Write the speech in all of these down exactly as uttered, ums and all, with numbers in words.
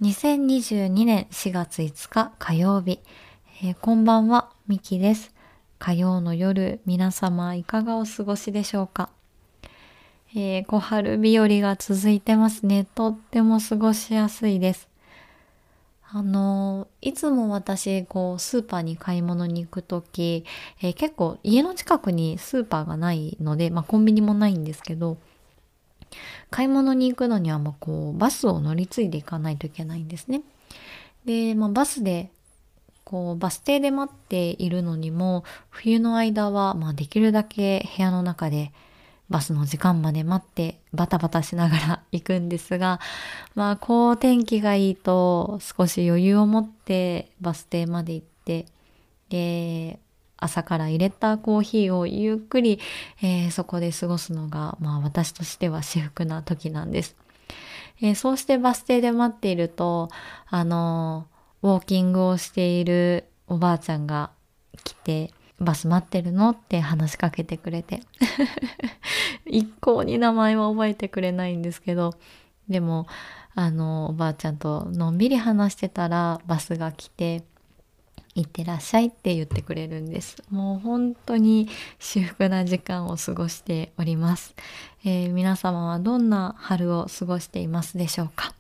にせんにじゅうにねんしがついつか火曜日、えーこんばんは、みきです。火曜の夜、皆様いかがお過ごしでしょうか。えー小春日和が続いてますね。とっても過ごしやすいです。あのーいつも私、こう、スーパーに買い物に行くとき、えー結構家の近くにスーパーがないので、まあコンビニもないんですけど、買い物に行くのにはもうこう、バスを乗り継いでいかないといけないんですね。で、まあバスで、こう、バス停で待っているのにも、冬の間は、まあできるだけ部屋の中でバスの時間まで待ってバタバタしながら行くんですが、まあこう天気がいいと少し余裕を持ってバス停まで行って、で、朝から入れたコーヒーをゆっくり、えーそこで過ごすのが、まあ私としては至福な時なんです。えーそうしてバス停で待っていると、あのーウォーキングをしているおばあちゃんが来て、バス待ってるのって話しかけてくれて。一向に名前は覚えてくれないんですけど、でも、あの、おばあちゃんとのんびり話してたらバスが来て、行ってらっしゃいって言ってくれるんです。もう本当に至福な時間を過ごしております。えー皆様はどんな春を過ごしていますでしょうか。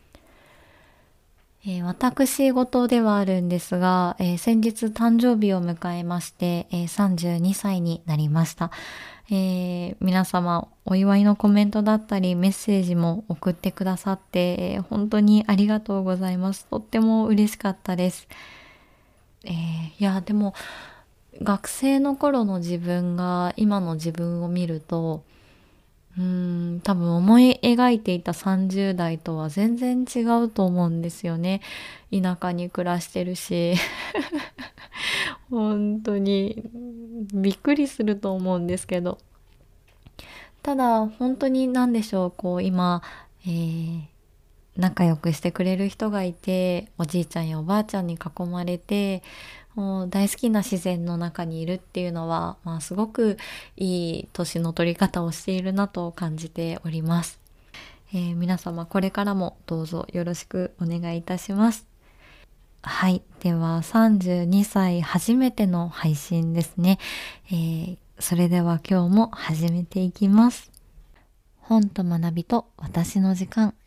えー私事ではあるんですが、えー先日誕生日を迎えまして、えーさんじゅうにさいになりました。えー皆様お祝いのコメントだったりメッセージも送ってくださって、えー本当にありがとうございます。とっても嬉しかったです。えーいや、でも学生の頃の自分が今の自分を見ると、うーん、多分思い描いていたさんじゅう代とは全然違うと思うんですよね。田舎に暮らしてるし、本当にびっくりすると思うんですけど。ただ、本当に何でしょう、こう今、えー仲良くしてくれる人がいて、おじいちゃんやおばあちゃんに囲まれて、もう大好きな自然の中にいるっていうのは、まあすごくいい年の取り方をしているなと感じております。えー皆様これからもどうぞよろしくお願いいたします。はい。ではさんじゅうにさい初めての配信ですね。えーそれでは今日も始めていきます。本と学びと私の時間。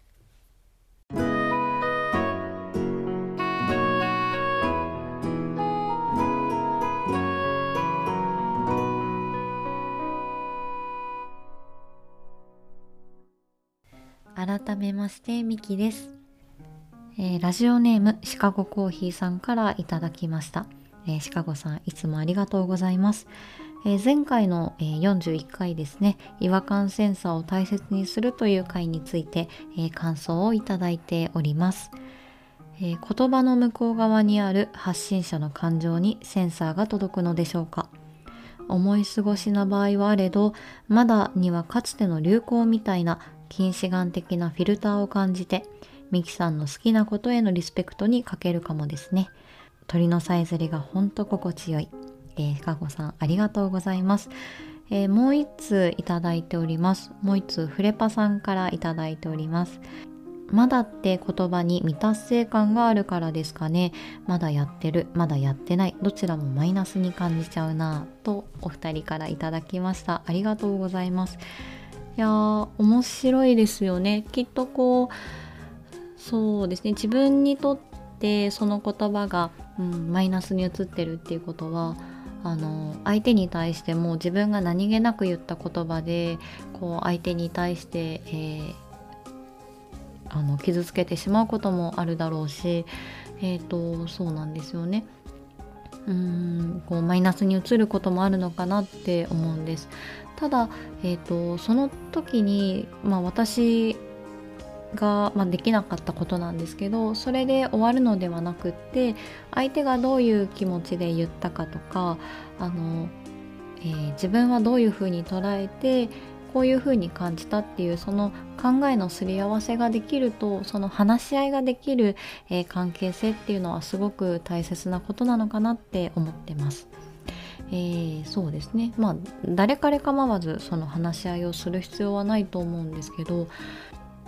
改めましてミキです。えーラジオネームシカゴコーヒーさんからいただきました。えーシカゴさんいつもありがとうございます。えー前回の、えーよんじゅういっかいですね、違和感センサーを大切にするという回について、えー感想をいただいております。えー言葉の向こう側にある発信者の感情にセンサーが届くのでしょうか。思い過ごしな場合はあれど、まだにはかつての流行みたいな近視眼的なフィルターを感じて、ミキさんの好きなことへのリスペクトに欠けるかもですね。鳥のさえずりがほんと心地よい。えー、かごさんありがとうございます。えーもう一通いただいております。もう一通フレパさんからいただいております。まだって言葉に未達成感があるからですかね。まだやってる、まだやってない、どちらもマイナスに感じちゃうなぁとお二人からいただきました。ありがとうございます。いやー、面白いですよね。きっとこう、そうですね、自分にとってその言葉が、うん、マイナスに映ってるっていうことは、あの相手に対しても自分が何気なく言った言葉でこう相手に対して、えーあの傷つけてしまうこともあるだろうし、えーとそうなんですよね。うーんこうマイナスに映ることもあるのかなって思うんです。ただ、えーとその時に、まあ、私が、まあ、できなかったことなんですけど、それで終わるのではなくって、相手がどういう気持ちで言ったかとか、あの、えー自分はどういうふうに捉えてこういうふうに感じたっていうその考えのすり合わせができると、その話し合いができる、えー関係性っていうのはすごく大切なことなのかなって思ってます。えーそうですね、まあ誰彼構わずその話し合いをする必要はないと思うんですけど、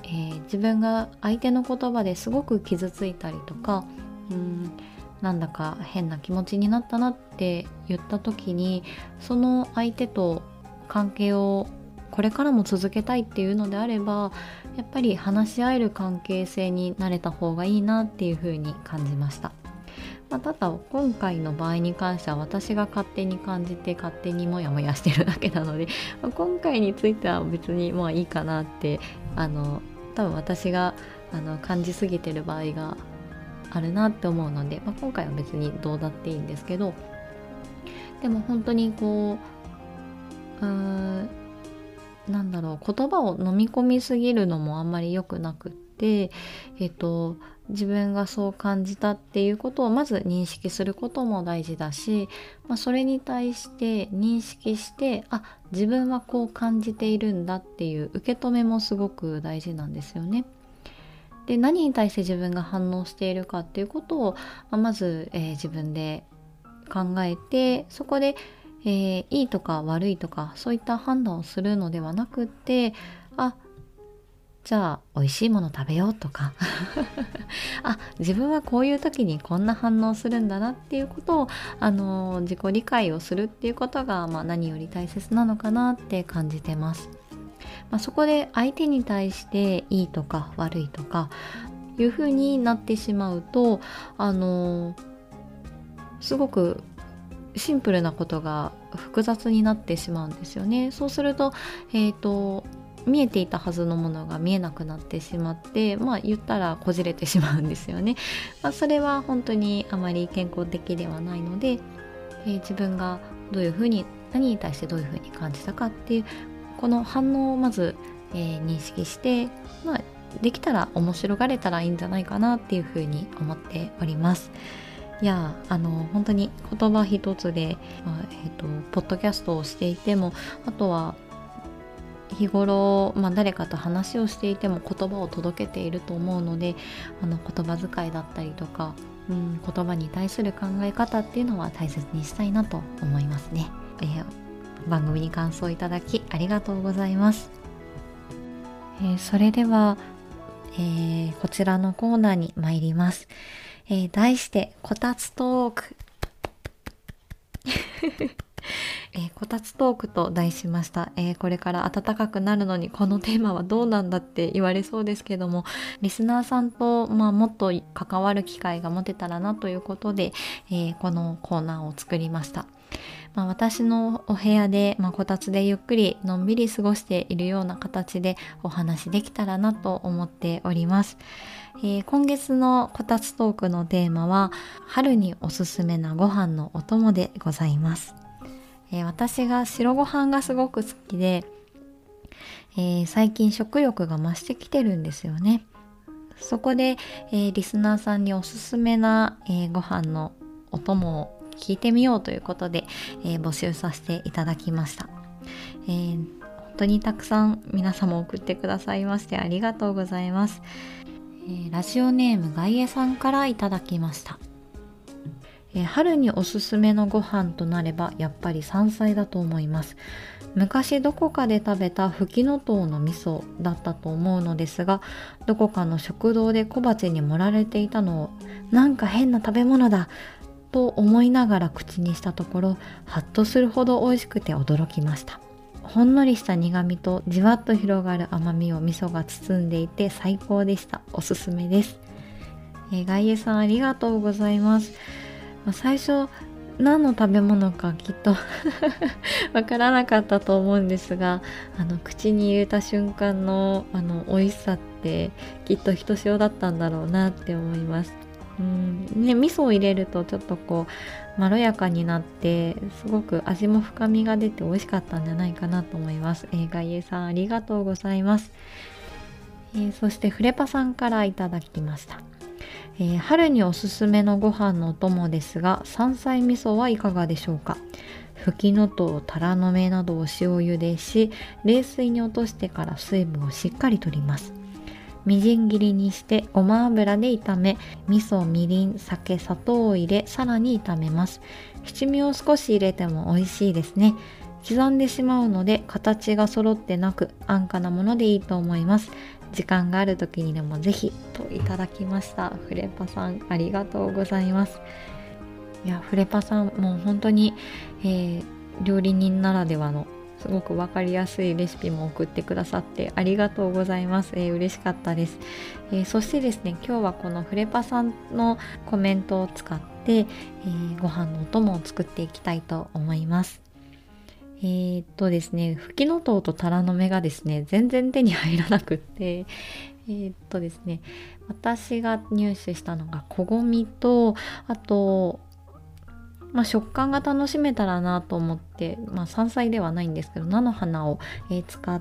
えー、自分が相手の言葉ですごく傷ついたりとか、うーんなんだか変な気持ちになったなって言った時に、その相手と関係をこれからも続けたいっていうのであれば、やっぱり話し合える関係性になれた方がいいなっていうふうに感じました。まあ、ただ今回の場合に関しては私が勝手に感じて勝手にモヤモヤしてるだけなので、まあ、今回については別にまあいいかなって、あの多分私があの感じすぎてる場合があるなって思うので、まあ、今回は別にどうだっていいんですけど、でも本当にこううーんなんだろう言葉を飲み込みすぎるのもあんまり良くなくって、えっと自分がそう感じたっていうことをまず認識することも大事だし、まあ、それに対して認識して、あ、自分はこう感じているんだっていう受け止めもすごく大事なんですよね。で、何に対して自分が反応しているかっていうことを、まあ、まず、えー自分で考えて、そこで、えーいいとか悪いとかそういった判断をするのではなくって、あ、じゃあ美味しいもの食べようとかあ、自分はこういう時にこんな反応するんだなっていうことを、あのー自己理解をするっていうことが、まあ、何より大切なのかなって感じてます。まあ、そこで相手に対していいとか悪いとかいう風になってしまうと、あのーすごくシンプルなことが複雑になってしまうんですよね。そうすると、えーと見えていたはずのものが見えなくなってしまって、まあ言ったらこじれてしまうんですよね。まあ、それは本当にあまり健康的ではないので、えー自分がどういうふうに何に対してどういうふうに感じたかっていうこの反応をまず、えー認識して、まあ、できたら面白がれたらいいんじゃないかなっていうふうに思っております。いや、あの本当に言葉一つで、まあえーとポッドキャストをしていても、あとは日頃、まあ、誰かと話をしていても言葉を届けていると思うので、あの言葉遣いだったりとか、うん、言葉に対する考え方っていうのは大切にしたいなと思いますね。えー番組に感想いただきありがとうございます。えーそれでは、えーこちらのコーナーに参ります。えー題してこたつトークえーこたつトークと題しました。えーこれから暖かくなるのにこのテーマはどうなんだって言われそうですけども、リスナーさんと、まあ、もっと関わる機会が持てたらなということで、えーこのコーナーを作りました。まあ、私のお部屋で、まあ、こたつでゆっくりのんびり過ごしているような形でお話できたらなと思っております。えー今月のこたつトークのテーマは春におすすめなご飯のお供でございます。えー私が白ご飯がすごく好きで、えー最近食欲が増してきてるんですよね。そこで、えーリスナーさんにおすすめな、えーご飯のお供を聞いてみようということで、えー募集させていただきました。えー本当にたくさん皆様送ってくださいましてありがとうございます。えーラジオネームガイエさんからいただきました。えー春におすすめのご飯となればやっぱり山菜だと思います。昔どこかで食べたフキノトウの味噌だったと思うのですが、どこかの食堂で小鉢に盛られていたのをなんか変な食べ物だと思いながら口にしたところ、ハッとするほど美味しくて驚きました。ほんのりした苦みとじわっと広がる甘みを味噌が包んでいて最高でした。おすすめです。えー、ガイエさんありがとうございます。まあ、最初何の食べ物かきっとわからなかったと思うんですが、あの口に入れた瞬間のあの美味しさってきっとひとしおだったんだろうなって思います。うんね、味噌を入れるとちょっとこうまろやかになってすごく味も深みが出て美味しかったんじゃないかなと思います。えー、ガイエさんありがとうございます。えー、そしてフレパさんからいただきました。えー春におすすめのご飯のお供ですが、山菜味噌はいかがでしょうか。ふきのとう、タラの芽などを塩茹でし、冷水に落としてから水分をしっかり取ります。みじん切りにしてごま油で炒め、味噌、みりん、酒、砂糖を入れさらに炒めます。七味を少し入れても美味しいですね。刻んでしまうので形が揃ってなく安価なものでいいと思います。 時間がある時にでもぜひといただきました。フレパさんありがとうございます。いやフレパさんもう本当に、えー、料理人ならではのすごく分かりやすいレシピも送ってくださってありがとうございます。えー、嬉しかったです。えー、そしてですね、今日はこのフレパさんのコメントを使って、えー、ご飯のお供を作っていきたいと思います。えー、っとですね、フキノトウとタラの芽がですね、全然手に入らなくって、えー、っとですね、私が入手したのがこごみと、あと、まあ、食感が楽しめたらなと思って、まあ、山菜ではないんですけど菜の花を、えー、使って、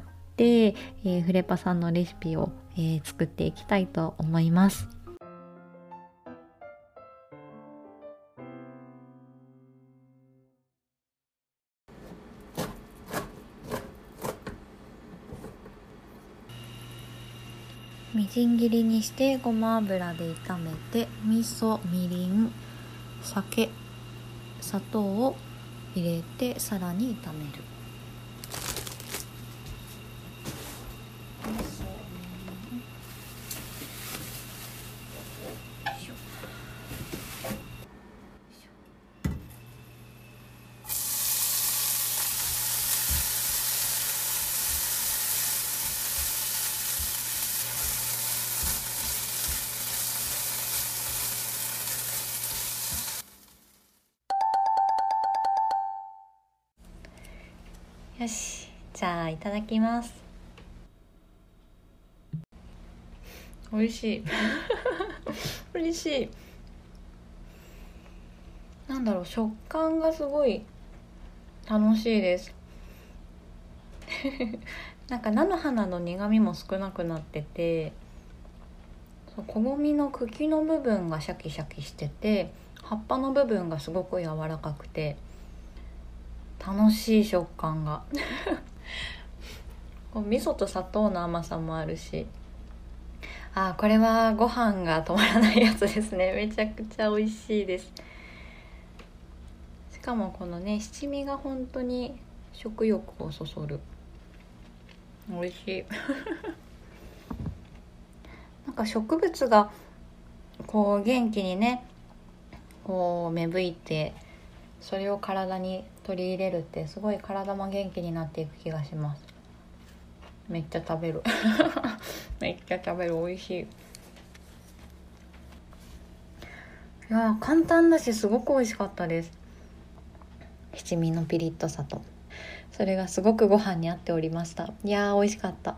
えー、フレパさんのレシピを、えー、作っていきたいと思います。みじん切りにしてごま油で炒めて、味噌、みりん、酒、砂糖を入れてさらに炒める。よし、じゃあいただきます。美味しい美味しい。なんだろう、食感がすごい楽しいですなんか菜の花の苦味も少なくなってて、こごみの茎の部分がシャキシャキしてて、葉っぱの部分がすごく柔らかくて楽しい食感が味噌と砂糖の甘さもあるし、あーこれはご飯が止まらないやつですね。めちゃくちゃ美味しいです。しかもこのね七味が本当に食欲をそそる。美味しいなんか植物がこう元気にねこう芽吹いて、それを体に取り入れるってすごい体も元気になっていく気がします。めっちゃ食べるめっちゃ食べる。美味しい。いや簡単だしすごく美味しかったです。七味のピリッとさとそれがすごくご飯に合っておりました。いやー美味しかった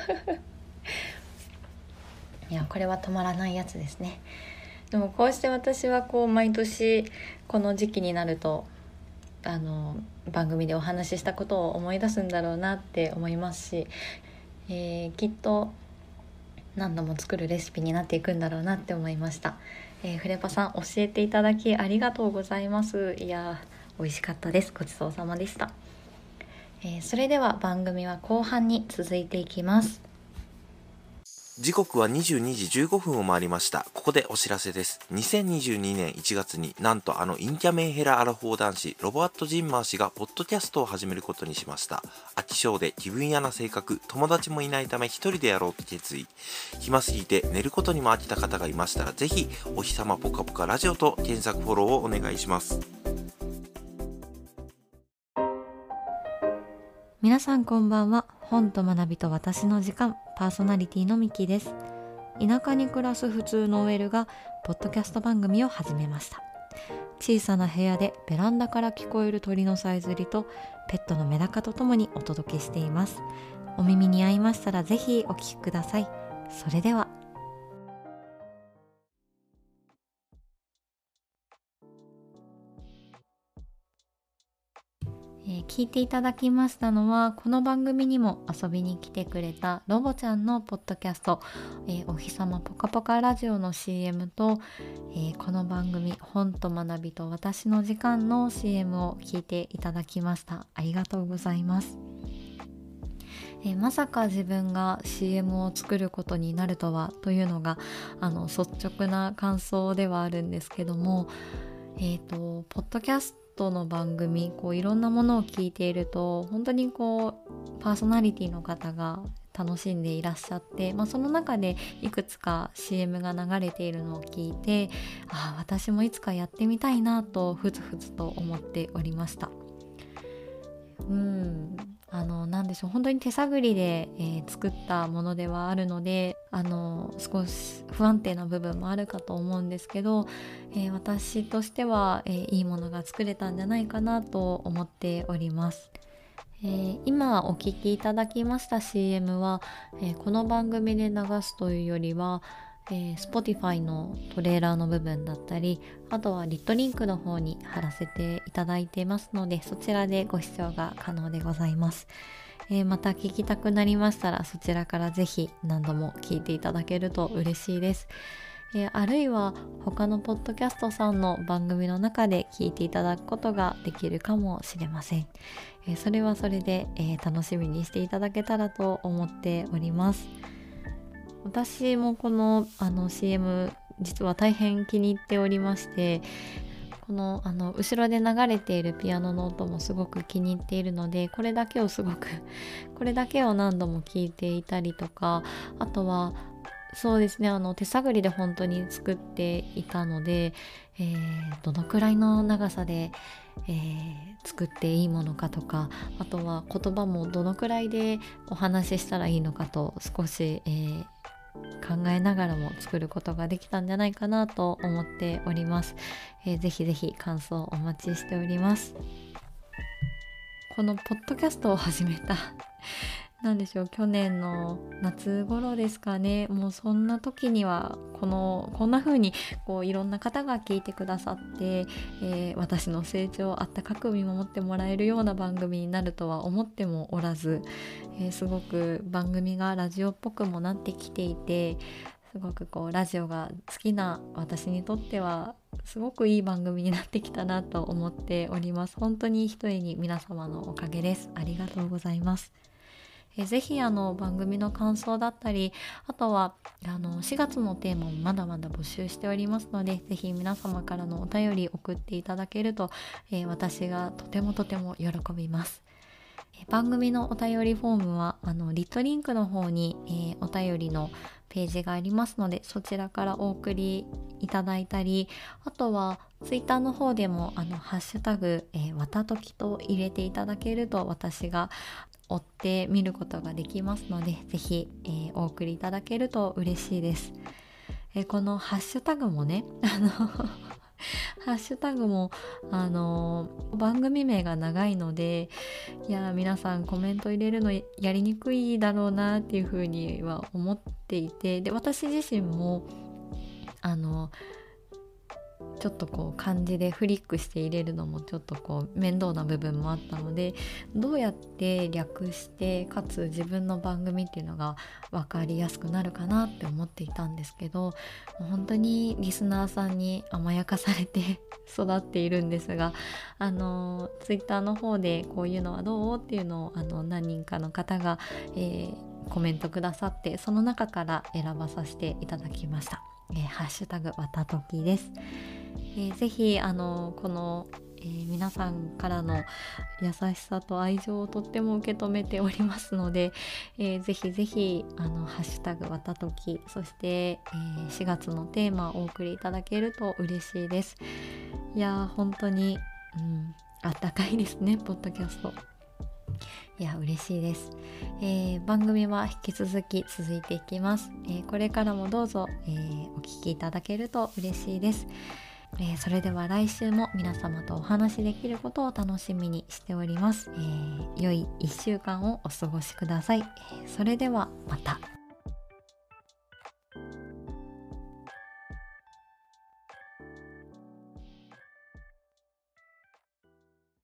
いやこれは止まらないやつですね。でもこうして私はこう毎年この時期になるとあの番組でお話ししたことを思い出すんだろうなって思いますし、えー、きっと何度も作るレシピになっていくんだろうなって思いました。えー、フレパさん教えていただきありがとうございます。いや美味しかったです。ごちそうさまでした。えー、それでは番組は後半に続いていきます。 時刻はにじゅうにじじゅうごふんを回りました。ここでお知らせです。にせんにじゅうにねんいちがつになんとあのインキャメンヘラアラフォー男子ロボアット・ジンマー氏がポッドキャストを始めることにしました。飽き性で気分屋な性格、友達もいないため一人でやろうと決意。暇すぎて寝ることにも飽きた方がいましたら、ぜひお日様ぽかぽかラジオと検索フォローをお願いします。 皆さんこんばんは。本と学びと私の時間、パーソナリティのミキです。田舎に暮らす普通の オーエル がポッドキャスト番組を始めました。小さな部屋でベランダから聞こえる鳥のさえずりとペットのメダカとともにお届けしています。お耳に合いましたらぜひお聞きください。それでは。えー、聞いていただきましたのは、この番組にも遊びに来てくれたロボちゃんのポッドキャスト、えー、お日様ぽかぽかラジオの シーエム と、えー、この番組本と学びと私の時間の シーエム を聞いていただきました。ありがとうございます。えー、まさか自分が シーエム を作ることになるとはというのがあの率直な感想ではあるんですけども、えーと、ポッドキャストの番組こういろんなものを聞いていると本当にこうパーソナリティの方が楽しんでいらっしゃって、まあ、その中でいくつか シーエム が流れているのを聞いて、ああ私もいつかやってみたいなとふつふつと思っておりました。うんあのなんでしょう、本当に手探りで、えー作ったものではあるので、あの少し不安定な部分もあるかと思うんですけど、えー私としては、えーいいものが作れたんじゃないかなと思っております。えー今お聞きいただきました シーエム は、えーこの番組で流すというよりは、えー Spotify のトレーラーの部分だったり、あとはリットリンクの方に貼らせていただいていますので、そちらでご視聴が可能でございます。えーまた聞きたくなりましたら、そちらからぜひ何度も聞いていただけると嬉しいです。えーあるいは他のポッドキャストさんの番組の中で聞いていただくことができるかもしれません。えーそれはそれで、えー楽しみにしていただけたらと思っております。私もこの、あの シーエム 実は大変気に入っておりまして、この、あの後ろで流れているピアノの音もすごく気に入っているので、これだけをすごくこれだけを何度も聞いていたりとか、あとはそうですね、あの手探りで本当に作っていたので、えーどのくらいの長さで、えー作っていいものかとか、あとは言葉もどのくらいでお話ししたらいいのかと少し、えー考えながらも作ることができたんじゃないかなと思っております。えーぜひぜひ感想お待ちしております。このポッドキャストを始めたなんでしょう、去年の夏頃ですかね。もうそんな時にはこのこんな風にこういろんな方が聞いてくださって、えー私の成長をあったかく見守ってもらえるような番組になるとは思ってもおらず、えーすごく番組がラジオっぽくもなってきていて、すごくこうラジオが好きな私にとってはすごくいい番組になってきたなと思っております。本当に一重に皆様のおかげです。ありがとうございます。えぜひあの番組の感想だったり、あとはあのしがつのテーマもまだまだ募集しておりますので、ぜひ皆様からのお便り送っていただけると、えー私がとてもとても喜びます。えー番組のお便りフォームはあのリットリンクの方に、えーお便りのページがありますので、そちらからお送りいただいたり、あとはツイッターの方でもあのハッシュタグ、えー、わたときと入れていただけると私が追って見ることができますので、ぜひ、えーお送りいただけると嬉しいです。えーこのハッシュタグもね、あのハッシュタグもあの番組名が長いので、いや皆さんコメント入れるのやりにくいだろうなっていうふうには思っていて、で私自身もあのちょっとこう漢字でフリックして入れるのもちょっとこう面倒な部分もあったので、どうやって略してかつ自分の番組っていうのが分かりやすくなるかなって思っていたんですけど、もう本当にリスナーさんに甘やかされて育っているんですが、あのツイッターの方でこういうのはどうっていうのをあの何人かの方が、えーコメントくださって、その中から選ばさせていただきました。えーハッシュタグわたときです。えーぜひあのこの、えー皆さんからの優しさと愛情をとっても受け止めておりますので、えーぜひぜひあのハッシュタグわたとき、そして、えーしがつのテーマをお送りいただけると嬉しいです。いやー本当に、うん、あったかいですね、ポッドキャスト。いや嬉しいです。えー番組は引き続き続いていきます。えーこれからもどうぞ、えーお聞きいただけると嬉しいです。えーそれでは来週も皆様とお話しできることを楽しみにしております。えー良いいっしゅうかんをお過ごしください。えーそれではまた。